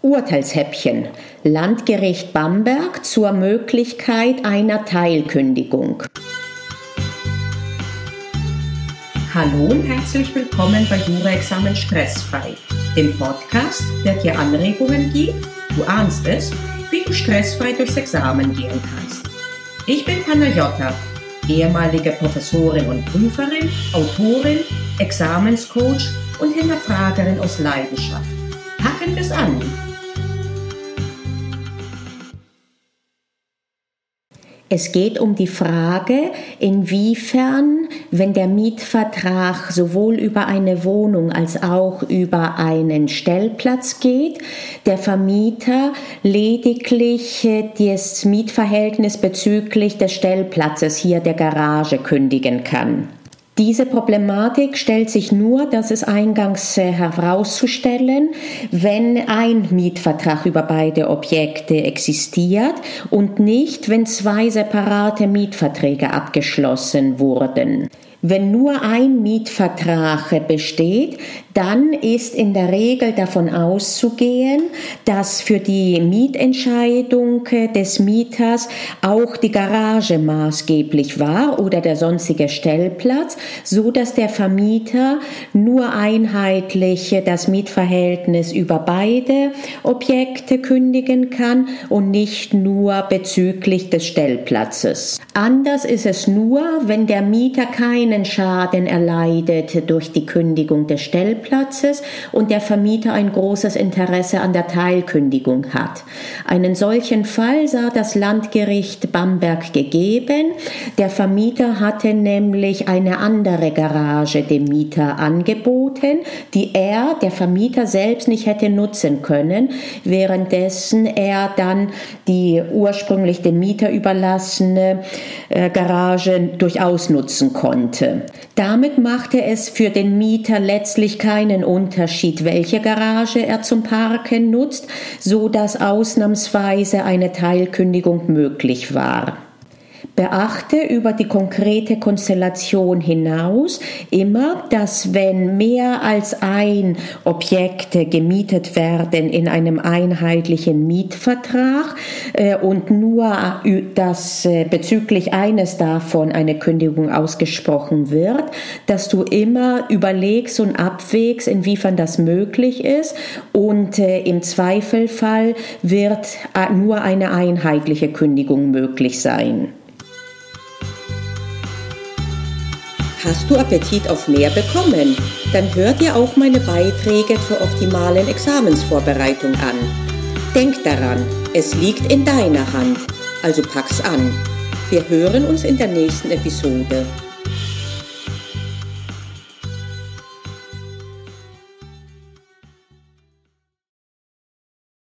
Urteilshäppchen. Landgericht Bamberg zur Möglichkeit einer Teilkündigung. Hallo und herzlich willkommen bei Jura-Examen stressfrei, dem Podcast, der dir Anregungen gibt, du ahnst es, wie du stressfrei durchs Examen gehen kannst. Ich bin Panayota, ehemalige Professorin und Prüferin, Autorin, Examenscoach und Hinterfragerin aus Leidenschaft. Packen wir's an! Es geht um die Frage, inwiefern, wenn der Mietvertrag sowohl über eine Wohnung als auch über einen Stellplatz geht, der Vermieter lediglich das Mietverhältnis bezüglich des Stellplatzes, hier der Garage, kündigen kann. Diese Problematik stellt sich nur, das ist eingangs herauszustellen, wenn ein Mietvertrag über beide Objekte existiert und nicht, wenn zwei separate Mietverträge abgeschlossen wurden. Wenn nur ein Mietvertrag besteht, dann ist in der Regel davon auszugehen, dass für die Mietentscheidung des Mieters auch die Garage maßgeblich war oder der sonstige Stellplatz, so dass der Vermieter nur einheitlich das Mietverhältnis über beide Objekte kündigen kann und nicht nur bezüglich des Stellplatzes. Anders ist es nur, wenn der Mieter keinen Schaden erleidet durch die Kündigung des Stellplatzes und der Vermieter ein großes Interesse an der Teilkündigung hat. Einen solchen Fall sah das Landgericht Bamberg gegeben. Der Vermieter hatte nämlich eine andere Garage dem Mieter angeboten, die der Vermieter selbst nicht hätte nutzen können, währenddessen er dann die ursprünglich dem Mieter überlassene Garage durchaus nutzen konnte. Damit machte es für den Mieter letztlich keinen Unterschied, welche Garage er zum Parken nutzt, so dass ausnahmsweise eine Teilkündigung möglich war. Beachte über die konkrete Konstellation hinaus immer, dass wenn mehr als ein Objekt gemietet werden in einem einheitlichen Mietvertrag und nur dass bezüglich eines davon eine Kündigung ausgesprochen wird, dass du immer überlegst und abwägst, inwiefern das möglich ist und im Zweifelfall wird nur eine einheitliche Kündigung möglich sein. Hast du Appetit auf mehr bekommen? Dann hör dir auch meine Beiträge zur optimalen Examensvorbereitung an. Denk daran, es liegt in deiner Hand, also pack's an. Wir hören uns in der nächsten Episode.